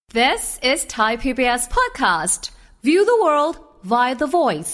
This is Thai PBS podcast. View the world via the voice.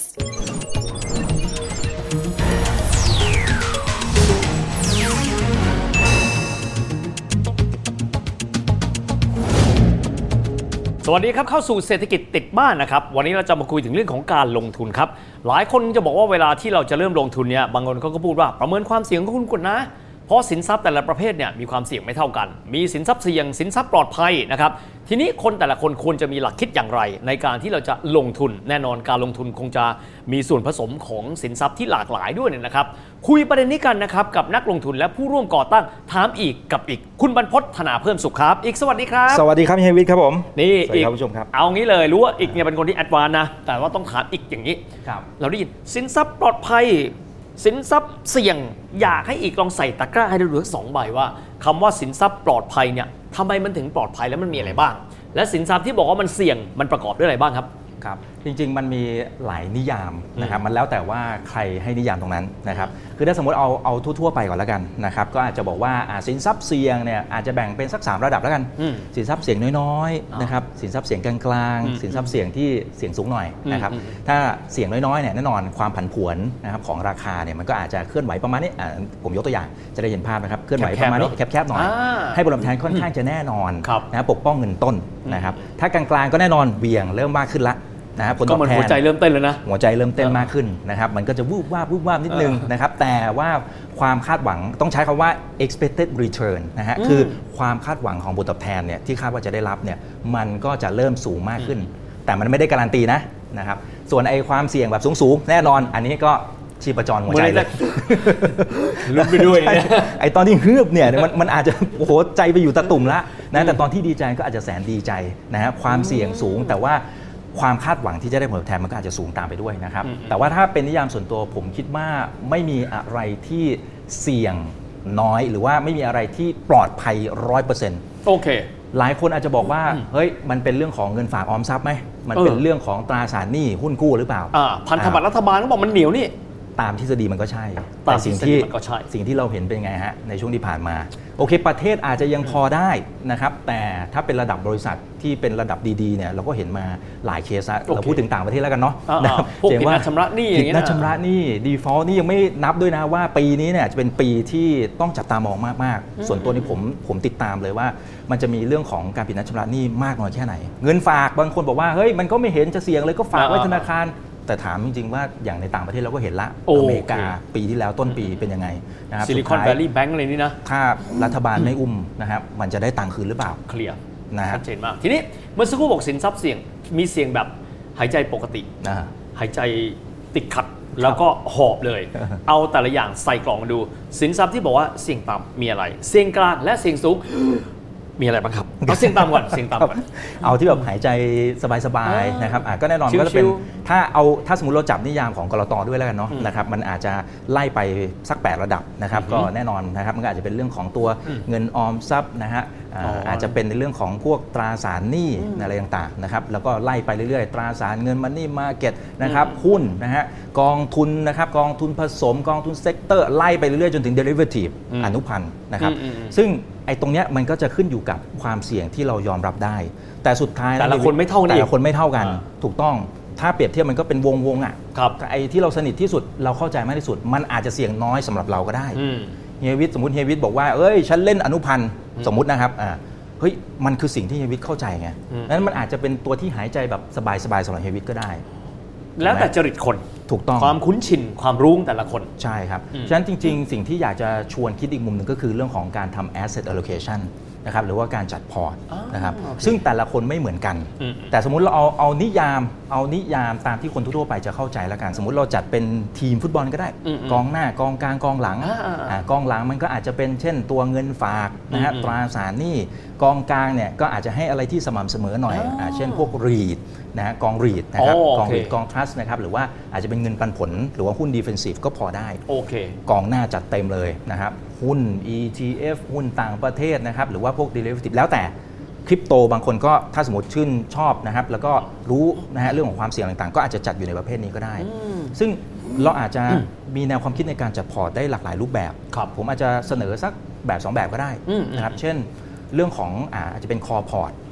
สวัสดีครับเข้าสู่เศรษฐกิจติดบ้านนะครับวันนี้เราจะมาคุยถึงเรื่องของการลงทุนครับหลายคนจะบอกว่าเวลาที่เราจะเริ่มลงทุนเนี่ยบางคนเขาก็พูดว่าประเมินความเสี่ยงของคุณก่อนนะเพราะสินทรัพย์แต่ละประเภทเนี่ยมีความเสี่ยงไม่เท่ากันมีสินทรัพย์เสี่ยงสินทรัพย์ปลอดภัยนะครับทีนี้คนแต่ละคนควรจะมีหลักคิดอย่างไรในการที่เราจะลงทุนแน่นอนการลงทุนคงจะมีส่วนผสมของสินทรัพย์ที่หลากหลายด้วยนะครับคุยประเด็นนี้กันนะครับกับนักลงทุนและผู้ร่วมก่อตั้งถามอีกกับอีกคุณบรรพต ธนาเพิ่มสุขครับอีกสวัสดีครับสวัสดีครับเฮียวิทย์ครับผมนี่อีกครับผู้ชมครับเอางี้เลยรู้ว่าอีกเนี่ยเป็นคนที่แอดวานซ์นะแต่ว่าต้องถามอีกอย่างนี้เราได้ยินสินทรัพย์ปลอดภัยสินทรัพย์เสี่ยงอยากให้อีกลองใส่ตะกร้าให้ดูทั้งสองใบว่าคำว่าสินทรัพย์ปลอดภัยเนี่ยทำไมมันถึงปลอดภัยแล้วมันมีอะไรบ้างและสินทรัพย์ที่บอกว่ามันเสี่ยงมันประกอบด้วยอะไรบ้างครับครับจริงๆมันมีหลายนิยามนะครับมันแล้วแต่ว่าใครให้นิยามตรงนั้นนะครับคือถ้าสมมติเอาทั่วๆไปก่อนแล้วกันนะครับก็อาจจะบอกว่าสินทรัพย์เสี่ยงเนี่ยอาจจะแบ่งเป็นสัก3ระดับแล้วกันสินทรัพย์เสี่ยงน้อยๆนะครับสินทรัพย์เสี่ยงกลางๆสินทรัพย์เสี่ยงที่เสี่ยงสูงหน่อยนะครับถ้าเสี่ยงน้อยๆเนี่ยแน่นอนความผันผวนนะครับของราคาเนี่ยมันก็อาจจะเคลื่อนไหวประมาณนี้ผมยกตัวอย่างจะได้เห็นภาพนะครับเคลื่อนไหวประมาณนี้แคบๆหน่อยให้ผลตอบแทนค่อนข้างจะแน่นอนนะปกป้องเงินต้นนะครับถ้ากลางๆก็แน่นอนเบี่ยงเริ่มมากขึ้นละนะครับผลตอบแทนก็มันหัวใจเริ่มเต้นแล้วนะหัวใจเริ่มเต้นมากขึ้นนะครับมันก็จะวูบวาบนิดนึงนะครับแต่ว่าความคาดหวังต้องใช้คำว่า expected return นะฮะคือความคาดหวังของผลตอบแทนเนี่ยที่คาดว่าจะได้รับเนี่ยมันก็จะเริ่มสูงมากขึ้นแต่มันไม่ได้การันตีนะครับส่วนไอ้ความเสี่ยงแบบสูงแน่นอนอันนี้ก็ชีพจรหัวใจเลยลุ้นไปด้วยไอ้ตอนที่ฮึบเนี่ยมันอาจจะโอ้โหใจไปอยู่ตะตุ่มละนะแต่ตอนที่ดีใจก็อาจจะแสนดีใจนะฮะความเสี่ยงสูงแต่ว่าความคาดหวังที่จะได้ผลตอบแทนมันก็อาจจะสูงตามไปด้วยนะครับแต่ว่าถ้าเป็นนิยามส่วนตัวผมคิดว่าไม่มีอะไรที่เสี่ยงน้อยหรือว่าไม่มีอะไรที่ปลอดภัย 100% โอเคหลายคนอาจจะบอกว่าเฮ้ยมันเป็นเรื่องของเงินฝากออมทรัพย์ไหมมันเป็นเรื่องของตราสารหนี้หุ้นกู้หรือเปล่าพันธบัตรรัฐบาลก็บอกมันเหนียวนี่ตามทฤษฎีมันก็ใช่แต่สิ่งที่เราเห็นเป็นไงฮะในช่วงที่ผ่านมาโอเคประเทศอาจจะยังพอได้นะครับแต่ถ้าเป็นระดับบริษัทที่เป็นระดับดีๆเนี่ยเราก็เห็นมาหลายเคสเราพูดถึงต่างประเทศแล้วกันเนาะพวกผิดนัดชำระหนี้อย่างเงี้ยผิดนัดชำระหนี้ default นี่ยังไม่นับด้วยนะว่าปีนี้เนี่ยจะเป็นปีที่ต้องจับตามองมากๆส่วนตัวนี้ผมติดตามเลยว่ามันจะมีเรื่องของการผิดนัดชำระหนี้มากน้อยแค่ไหนเงินฝากบางคนบอกว่าเฮ้ยมันก็ไม่เห็นจะเสี่ยงเลยก็ฝากไว้ธนาคารแต่ถามจริงๆว่าอย่างในต่างประเทศเราก็เห็นละอเมริกาปีที่แล้วต้นปีเป็นยังไงนะครับซิลิคอนแวลลีย์แบงก์อะไรนี่นะถ้ารัฐบาลไม่อุ้มนะครับมันจะได้ตังค์คืนหรือเปล่าเคลียร์นะชัดเจนมากทีนี้เมื่อสักครู่บอกสินทรัพย์เสี่ยงมีเสี่ยงแบบหายใจปกติหายใจติดขัดแล้วก็หอบเลยเอาแต่ละอย่างใส่กล่องมาดูสินทรัพย์ที่บอกว่าเสี่ยงต่ำมีอะไรเสี่ยงกลางและเสี่ยงสูงมีอะไรบ้างครับเอาเสี่ยงต่ำก่อนเอาที่แบบหายใจสบายๆนะครับก็แน่นอนก็จะเป็นถ้าสมมติเราจับนิยามของกลต.ด้วยแล้วกันเนาะนะครับมันอาจจะไล่ไปสัก8ระดับนะครับก็แน่นอนนะครับมันก็อาจจะเป็นเรื่องของตัวเงินออมทรัพย์นะฮะอาจจะเป็นในเรื่องของพวกตราสารหนี้อะไรต่างๆนะครับแล้วก็ไล่ไปเรื่อยๆตราสารเงินมันนี่มาร์เก็ตนะครับหุ้นนะฮะกองทุนนะครับกองทุนผสมกองทุนเซกเตอร์ไล่ไปเรื่อยๆจนถึง derivative อนุพันธ์นะครับซึ่งไอ้ตรงเนี้ยมันก็จะขึ้นอยู่กับความเสี่ยงที่เรายอมรับได้แต่สุดท้ายแต่ละคนไม่เท่ากันถูกต้องถ้าเปรียบเทียบมันก็เป็นวงอ่ะไอ้ที่เราสนิทที่สุดเราเข้าใจมากที่สุดมันอาจจะเสี่ยงน้อยสำหรับเราก็ได้เฮียวิทย์สมมติเฮียวิทย์บอกว่าเอ้ยฉันเล่นอนุพันธ์สมมตินะครับเฮ้ยมันคือสิ่งที่เฮียวิทย์เข้าใจไงนั้นมันอาจจะเป็นตัวที่หายใจแบบสบายๆสำหรับเฮียวิทย์ก็ได้แล้วแต่จริตคนถูกต้องความคุ้นชินความรู้แต่ละคนใช่ครับฉะนั้นจริงๆสิ่งที่อยากจะชวนคิดอีกมุมหนึ่งก็คือเรื่องของการทำ asset allocation นะครับหรือว่าการจัดพอร์ตนะครับซึ่งแต่ละคนไม่เหมือนกันแต่สมมุติเราเอานิยามตามที่คนทั่วไปจะเข้าใจแล้วกันสมมุติเราจัดเป็นทีมฟุตบอลก็ได้กองหน้ากองกลางกองหลังกองหลังมันก็อาจจะเป็นเช่นตัวเงินฝากนะฮะตราสารหนี้กองกลางเนี่ยก็อาจจะให้อะไรที่สม่ำเสมอหน่อยเช่นพวกREITนะฮะกองREITนะครับกองREITกองทรัสต์นะครับหรือว่าอาจจะเป็นเงินปันผลหรือว่าหุ้น defensive ก็พอได้กองหน้าจัดเต็มเลยนะครับหุ้น ETF หุ้นต่างประเทศนะครับหรือว่าพวก derivative แล้วแต่คริปโตบางคนก็ถ้าสมมติชื่นชอบนะครับแล้วก็รู้นะฮะเรื่องของความเสี่ยงต่างๆก็อาจจะจัดอยู่ในประเภทนี้ก็ได้ซึ่งเราอาจจะมีแนวความคิดในการจัดพอร์ตได้หลากหลายรูปแบบผมอาจจะเสนอสักแบบ2แบบก็ได้นะครับเช่นเรื่องของอาจจะเป็น core port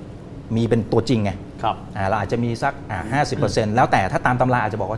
มีเป็นตัวจริงไงครับเราอาจจะมีสัก50%แล้วแต่ถ้าตามตำราอาจจะบอกว่า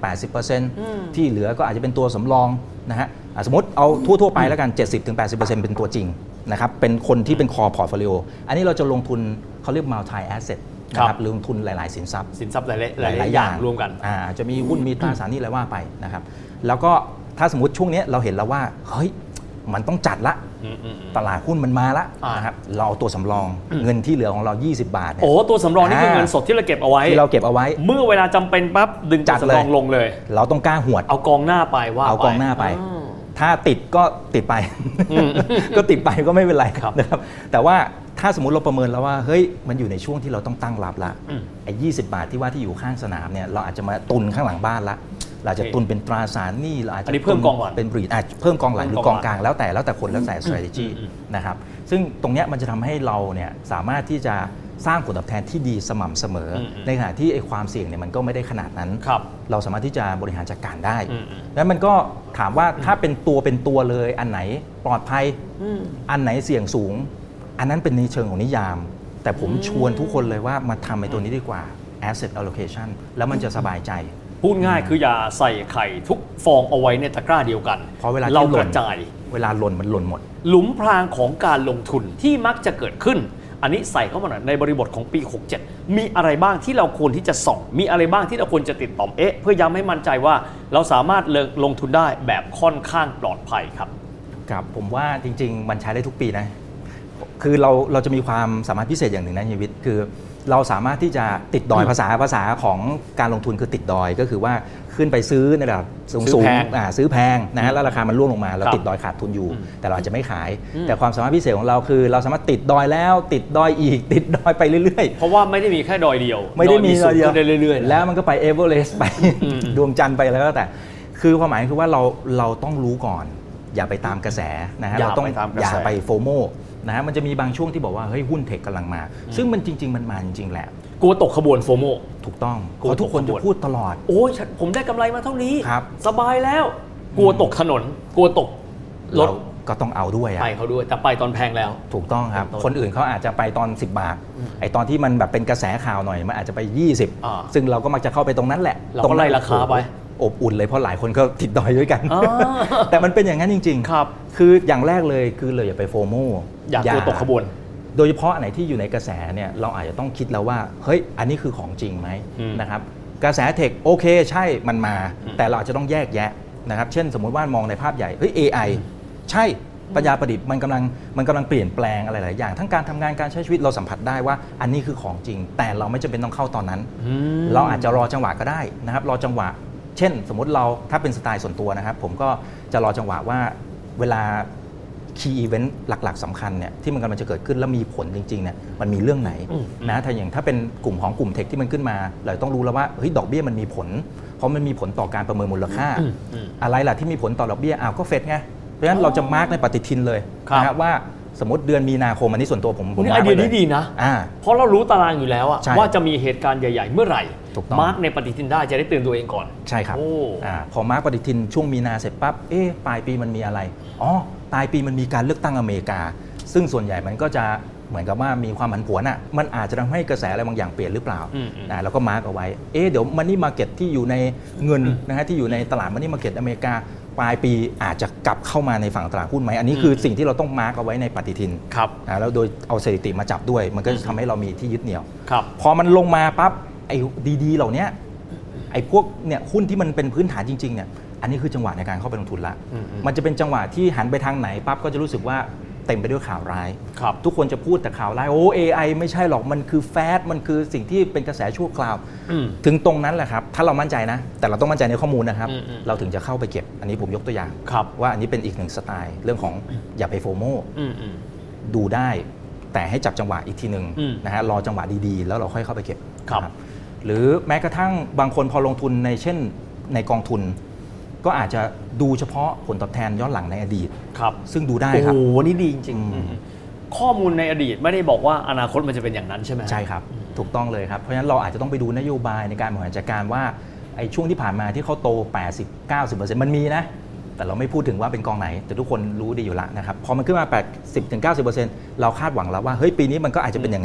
70-80% ที่เหลือก็อาจจะเป็นตัวสำรองนะฮะสมมติเอาทั่วไปแล้วกัน 70-80% เป็นตัวจริงนะครับเป็นคนที่เป็น core portfolio อันนี้เราจะลงทุนเขาเรียก multi asset นะครับลงทุนหลายๆสินทรัพย์หลายอย่างรวมกันจะมีหุ้นมีตราสารหนี้อะไรว่าไปนะครับแล้วก็ถ้าสมมติช่วงนี้เราเห็นแล้วว่าเฮ้ยมันต้องจัดละตลาดหุ้นมันมาละนะครับเราเอาตัวสำรองเงินที่เหลือของเรา20 บาทโอ้ตัวสำรองนี่คือเงินสดที่เราเก็บเอาไว้เมื่อเวลาจำเป็นปั๊บดึงจัดสำรองลงเลยเราต้องกล้าหวดเอากองหน้าไปว่าเอากองหน้าไปถ้าติดก็ติดไปก็ติดไปก็ไม่เป็นไรนะครับแต่ว่าถ้าสมมติเราประเมินแล้วว่าเฮ้ยมันอยู่ในช่วงที่เราต้องตั้งรับละไอ้20 บาทที่ว่าที่อยู่ข้างสนามเนี่ยเราอาจจะมาตุนข้างหลังบ้านละเราจะตุนเป็นตราสารหนี้เราอาจจะเพิ่มกองหลังเป็นบรีดเพิ่มกองหลังหรือกองกลางแล้วแต่คนแล้วแต่ strategy นะครับซึ่งตรงเนี้ยมันจะทำให้เราเนี่ยสามารถที่จะสร้างผลตอบแทนที่ดีสม่ำเสมอในขณะที่ไอ้ความเสี่ยงเนี่ยมันก็ไม่ได้ขนาดนั้นเราสามารถที่จะบริหารจัดการได้แล้วมันก็ถามว่าถ้าเป็นตัวเลยอันไหนปลอดภัยอันไหนเสี่ยงสูงอันนั้นเป็นในเชิงของนิยามแต่ผมชวนทุกคนเลยว่ามาทำในตัวนี้ดีกว่า asset allocation แล้วมันจะสบายใจพูดง่ายคืออย่าใส่ไข่ทุกฟองเอาไว้ในตะกร้าเดียวกันเพราะเวลาเรากระจายเวลาหล่นมันหล่นหมดหลุมพรางของการลงทุนที่มักจะเกิดขึ้นอันนี้ใส่เข้ามาหน่อยในบริบทของปี 67มีอะไรบ้างที่เราควรที่จะส่องมีอะไรบ้างที่เราควรจะติดต่อเพื่อย้ำให้มั่นใจว่าเราสามารถลงทุนได้แบบค่อนข้างปลอดภัยครับครับผมว่าจริงๆมันใช้ได้ทุกปีนะคือเราจะมีความสามารถพิเศษอย่างหนึ่งนะเฮียวิทย์คือเราสามารถที่จะติดดอยภาษาของการลงทุนคือติดดอยก็คือว่าขึ้นไปซื้อในระดับสูงซื้อแพงนะฮะแล้วราคามันร่วงลงมาเราติดดอยขาดทุนอยู่แต่เราอาจจะไม่ขายแต่ความสามารถพิเศษของเราคือเราสามารถติดดอยแล้วติดดอยอีกติดดอยไปเรื่อยๆเพราะว่าไม่ได้มีแค่ดอยเดียวไม่ได้มีดอยเดียวเรื่อยๆแล้วมันก็ไปเอเวอเรสต์ไปดวงจันทร์ไปแล้วแต่คือความหมายคือว่าเราต้องรู้ก่อนอย่าไปตามกระแสนะฮะเราต้องอย่าไปโฟโมนะฮะมันจะมีบางช่วงที่บอกว่าเฮ้ยหุ้นเทคกำลังมาซึ่งมันจริงๆมันมาจริงๆแหละกลัวตกขบวนโฟโมถูกต้องเพราะทุกคนจะพูดตลอดโอ้ยผมได้กำไรมาเท่านี้สบายแล้วกลัวตกถนนกลัวตกรถก็ต้องเอาด้วยไปเขาด้วยแต่ไปตอนแพงแล้วถูกต้องครับคนอื่นเขาอาจจะไปตอน10 บาทไอตอนที่มันแบบเป็นกระแสข่าวหน่อยมันอาจจะไป20ซึ่งเราก็มักจะเข้าไปตรงนั้นแหละเราก็ไล่ราคาไปอบอุ่นเลยเพราะหลายคนก็ติดดอยด้วยกันแต่มันเป็นอย่างนั้นจริงๆครับคืออย่างแรกเลยคือเลยอย่าไปโฟโมอย่ากลัวตกขบวนโดยเฉพาะอันไหนที่อยู่ในกระแสเนี่ยเราอาจจะต้องคิดแล้วว่าเฮ้ยอันนี้คือของจริงไหมนะครับกระแสเทคโอเคใช่มันมาแต่เราอาจจะต้องแยกแยะนะครับเช่นสมมุติว่ามองในภาพใหญ่เฮ้ย AI ใช่ปัญญาประดิษฐ์มันกำลังเปลี่ยนแปลงอะไรหลายอย่างทั้งการทำงานการใช้ชีวิตเราสัมผัสได้ว่าอันนี้คือของจริงแต่เราไม่จำเป็นต้องเข้าตอนนั้นเราอาจจะรอจังหวะก็ได้นะครับรอจังหวะเช่นสมมติเราถ้าเป็นสไตล์ส่วนตัวนะครับผมก็จะรอจังหวะว่าเวลาคีย์อีเวนต์หลักๆสำคัญเนี่ยที่มันกำลังจะเกิดขึ้นแล้วมีผลจริงๆเนี่ยมันมีเรื่องไหนนะถ้าเป็นกลุ่มของกลุ่มเทคที่มันขึ้นมาเราต้องรู้แล้วว่าเฮ้ยดอกเบี้ยมันมีผลเพราะมันมีผลต่อการประเมินมูลค่าอะไรล่ะที่มีผลต่อดอกเบี้ยก็เฟดไงเพราะฉะนั้นเราจะมาร์กในปฏิทินเลยนะครับว่าสมมติเดือนมีนาคมอันนี้ส่วนตัวผมไอเดียนี้ดีนะเพราะเรารู้ตารางอยู่แล้วว่าจะมีเหตุการณ์ใหญ่ๆเมื่อไหร่มาร์กในปฏิทินได้จะได้เตือนตัวเองก่อนใช่ครับพอมาร์กปฏิทินช่วงมีนาเสร็จปั๊บปลายปีมันมีอะไรปลายปีมันมีการเลือกตั้งอเมริกาซึ่งส่วนใหญ่มันก็จะเหมือนกับว่ามีความผันผวนมันอาจจะทำให้กระแสอะไรบางอย่างเปลี่ยนหรือเปล่าเราก็มาร์กเอาไว้เดี๋ยวมันนี่มาร์เก็ตที่อยู่ในเงินนะฮะที่อยู่ในตลาดมันนี่มาร์เก็ตอเมริกาปลายปีอาจจะกลับเข้ามาในฝั่งตลาดหุ้นไหมอันนี้คือสิ่งที่เราต้องมาร์กเอาไว้ในปฏิทินแล้วโดยเอาสถิติมาจับด้วยมันก็จะทำให้เรามีที่ยึดเหนี่ยวพอมันลงมาปั๊บไอ้ดีๆเหล่านี้ไอ้พวกเนี่ยหุ้นที่มันเป็นพื้นฐานจริงๆเนี่ยอันนี้คือจังหวะในการเข้าไปลงทุนละมันจะเป็นจังหวะที่หันไปทางไหนปั๊บก็จะรู้สึกว่าเต็มไปด้วยข่าวร้ายทุกคนจะพูดแต่ข่าวร้ายAI ไม่ใช่หรอกมันคือแฟดมันคือสิ่งที่เป็นกระแสชั่วคราวถึงตรงนั้นแหละครับถ้าเรามั่นใจนะแต่เราต้องมั่นใจในข้อมูลนะครับเราถึงจะเข้าไปเก็บอันนี้ผมยกตัวอย่างว่าอันนี้เป็นอีกหนึ่งสไตล์เรื่องของอย่าไปโฟโมดูได้แต่ให้จับจังหวะอีกทีนึงนะฮะรอจังหวะดีๆแล้วเราค่อยเข้าไปเก็บหรือแม้กระทั่งบางคนพอลงทุนในเช่นในกองทุนก็อาจจะดูเฉพาะผลตอบแทนย้อนหลังในอดีตซึ่งดูได้ครับโอ้โหนี่ดีจริงๆข้อมูลในอดีตไม่ได้บอกว่าอนาคตมันจะเป็นอย่างนั้นใช่ไหมใช่ครับถูกต้องเลยครับเพราะฉะนั้นเราอาจจะต้องไปดูนโยบายในการบริหารจัดการว่าไอ้ช่วงที่ผ่านมาที่เขาโต 80-90% มันมีนะแต่เราไม่พูดถึงว่าเป็นกองไหนแต่ทุกคนรู้ดีอยู่แล้วนะครับพอมันขึ้นมา 80-90% เราคาดหวังแล้วว่าเฮ้ยปีนี้มันก็อาจจะเป็นอย่างนั้น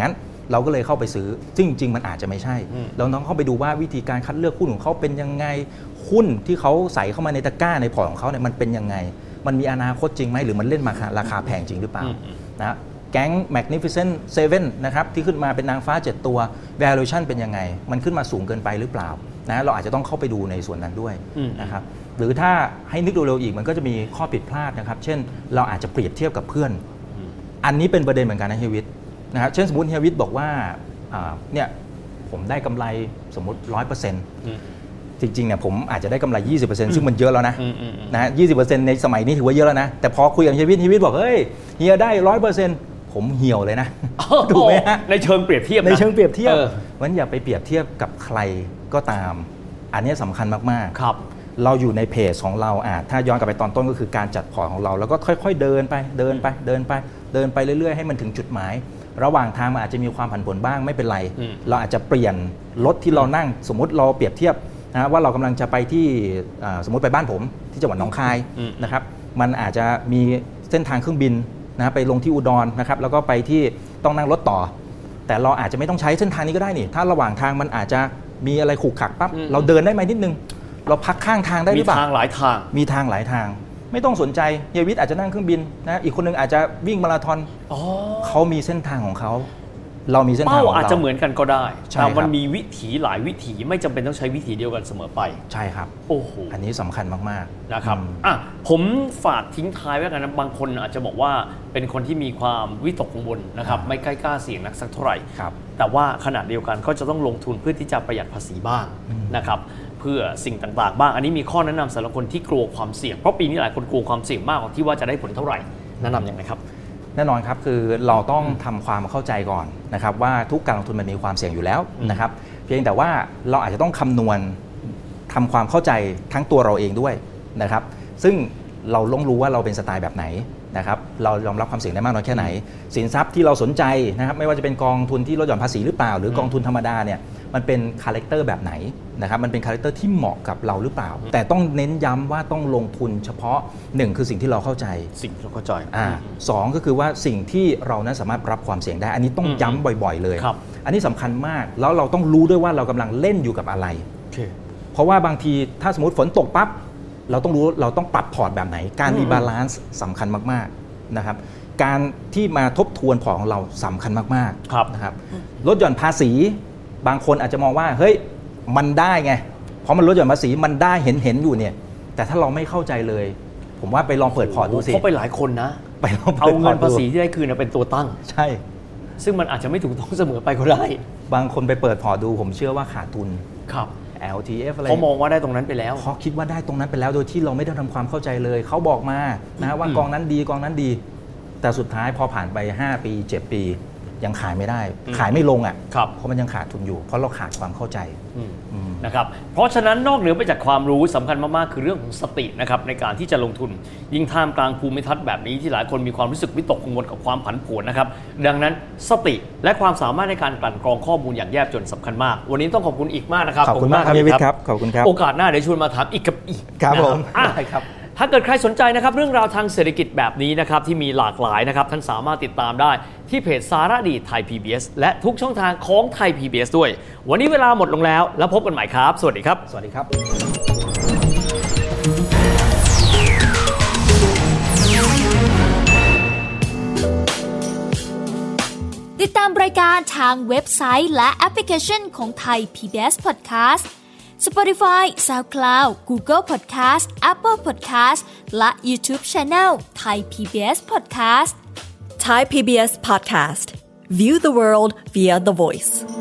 เราก็เลยเข้าไปซื้อซึ่งจริงๆมันอาจจะไม่ใช่เราต้องเข้าไปดูว่าวิธีการคัดเลือกหุ้นของเขาเป็นยังไงหุ้นที่เขาใส่เข้ามาในตะกร้าในพอร์ตของเขาเนี่ยมันเป็นยังไงมันมีอนาคตจริงไหมหรือมันเล่นมาราคาแพงจริงหรือเปล่านะแก๊ง Magnificent 7 นะครับที่ขึ้นมาเป็นนางฟ้า7ตัว valuation เป็นยังไงมันขึ้นมาสูงเกินไปหรือเปล่านะเราอาจจะต้องเข้าไปดูในส่วนนั้นด้วยนะครับหรือถ้าให้นึกดูเร็วอีกมันก็จะมีข้อผิดพลาดนะครับเช่นเราอาจจะเปรียบเทียบกับเพื่อนอันนี้เป็นประเด็นเหมือนกันนะเฮียวิทย์นะครับเช่นสมมติเฮียวิทย์บอกว่าเนี่ยผมได้กำไรสมมติ 100%จริงๆเนี่ยผมอาจจะได้กำไร 20% ซึ่งมันเยอะแล้วนะนะ 20% ในสมัยนี้ถือว่าเยอะแล้วนะแต่พอคุยกับเฮียวิทย์บอกเฮ้ยเฮียได้ 100%ผมเหี่ยวเลยนะถูกไหมฮะในเชิงเปรียบเทียบในเชิงเปรียบเทียบมันอย่าไปเปรียบเทียบกับใครก็ตามอันนี้สำคัญมากๆครับเราอยู่ในเพจของเราถ้าย้อนกลับไปตอนต้นก็คือการจัดพอร์ตของเราแล้วก็ค่อยๆเดินไปเรื่อยๆให้มันถึงจุดหมายระหว่างทางมันอาจจะมีความผันผวนบ้างไม่เป็นไรเราอาจจะเปลี่ยนรถที่เรานั่งสมมุติเราเปรียบเทียบนะว่าเรากำลังจะไปที่สมมติไปบ้านผมที่จังหวัดหนองคายนะครับมันอาจจะมีเส้นทางเครื่องบินนะไปลงที่อุดรนะครับแล้วก็ไปที่ต้องนั่งรถต่อแต่เราอาจจะไม่ต้องใช้เส้นทางนี้ก็ได้นี่ถ้าระหว่างทางมันอาจจะมีอะไรขรุขระปั๊บเราเดินได้ไหมนิดนึงเราพักข้างทางได้หรือเปล่ามีทางหลายทางไม่ต้องสนใจเฮียวิทย์อาจจะนั่งเครื่องบินนะอีกคนนึงอาจจะวิ่งมาราธอนเขามีเส้นทางของเขาเรามีเส้นทางของเราอาจจะเหมือนกันก็ได้แต่มันมีวิถีหลายวิถีไม่จำเป็นต้องใช้วิถีเดียวกันเสมอไปใช่ครับโอ้โหอันนี้สำคัญมากๆนะครับผมฝากทิ้งท้ายไว้กันนะบางคนอาจจะบอกว่าเป็นคนที่มีความวิตกกังวลนะครับไม่กล้าเสี่ยงนักสักเท่าไหร่แต่ว่าขณะเดียวกันก็จะต้องลงทุนเพื่อที่จะประหยัดภาษีบ้างนะครับเพื่อสิ่งต่างๆบ้างอันนี้มีข้อแนะนำสำหรับคนที่กลัวความเสี่ยงเพราะปีนี้หลายคนกลัวความเสี่ยงมากกว่าที่ว่าจะได้ผลเท่าไหร่แนะนำอย่างไรครับแน่นอนครับคือเราต้องทำความเข้าใจก่อนนะครับว่าทุกการลงทุนมันมีความเสี่ยงอยู่แล้วนะครับเพียงแต่ว่าเราอาจจะต้องคำนวณทำความเข้าใจทั้งตัวเราเองด้วยนะครับซึ่งเราต้องรู้ว่าเราเป็นสไตล์แบบไหนนะครับเรายอมรับความเสี่ยงได้มากน้อยแค่ไหนสินทรัพย์ที่เราสนใจนะครับไม่ว่าจะเป็นกองทุนที่ลดหย่อนภาษีหรือเปล่าหรือกองทุนธรรมดาเนี่ยมันเป็นคาแรคเตอร์แบบไหนนะครับมันเป็นคาแรคเตอร์ที่เหมาะกับเราหรือเปล่าแต่ต้องเน้นย้ำว่าต้องลงทุนเฉพาะ1คือสิ่งที่เราเข้าใจสองก็คือว่าสิ่งที่เรานั้นสามารถรับความเสี่ยงได้อันนี้ต้องย้ำบ่อยๆเลยอันนี้สำคัญมากแล้วเราต้องรู้ด้วยว่าเรากำลังเล่นอยู่กับอะไรเพราะว่าบางทีถ้าสมมติฝนตกปั๊บเราต้องรู้เราต้องปรับพอร์ตแบบไหนการมีบาลานซ์สำคัญมากๆนะครับการที่มาทบทวนพอร์ตของเราสำคัญมากๆนะครับลดหย่อนภาษีบางคนอาจจะมองว่าเฮ้ยมันได้ไงเพราะมันลดหย่อนภาษีมันได้เห็นอยู่เนี่ยแต่ถ้าเราไม่เข้าใจเลยผมว่าไปลองเปิดพอร์ตดูสิเขาไปหลายคนนะไปลองเอาเงินภาษีที่ได้คืนเป็นตัวตั้งใช่ซึ่งมันอาจจะไม่ถูกต้องเสมอไปก็ได้บางคนไปเปิดพอร์ตดูผมเชื่อว่าขาดทุนครับ LTF อะไรเขามองว่าได้ตรงนั้นไปแล้วเขาคิดว่าได้ตรงนั้นไปแล้วโดยที่เราไม่ได้ทำความเข้าใจเลยเขาบอกมานะว่ากองนั้นดีกองนั้นดีแต่สุดท้ายพอผ่านไป5ปี7ปียังขายไม่ได้ขายไม่ลงเพราะมันยังขาดทุนอยู่เพราะเราขาดความเข้าใจนะครับเพราะฉะนั้นนอกเหนือไปจากความรู้สำคัญมากๆคือเรื่องของสตินะครับในการที่จะลงทุนยิ่งท่ามกลางภูมิทัศน์แบบนี้ที่หลายคนมีความรู้สึกวิตกกังวลกับความผันผวนนะครับดังนั้นสติและความสามารถในการกลั่นกรองข้อมูลอย่างแยบยลสำคัญมากวันนี้ต้องขอบคุณอีกมากนะครับขอบคุณมากครับพี่วิทย์ครับขอบคุณครับโอกาสหน้าเดี๋ยวชวนมาถามอีกกับอีกครับผมได้ครับถ้าเกิดใครสนใจนะครับเรื่องราวทางเศรษฐกิจแบบนี้นะครับที่มีหลากหลายนะครับท่านสามารถติดตามได้ที่เพจสารดีไทย PBS และทุกช่องทางของไทย PBS ด้วยวันนี้เวลาหมดลงแล้วแล้วพบกันใหม่ครับสวัสดีครับสวัสดีครับติดตามรายการทางเว็บไซต์และแอปพลิเคชันของไทย PBS Podcast Spotify, SoundCloud, Google Podcast, Apple Podcast และ YouTube Channel Thai PBS Podcast Thai PBS Podcast View the world via the voice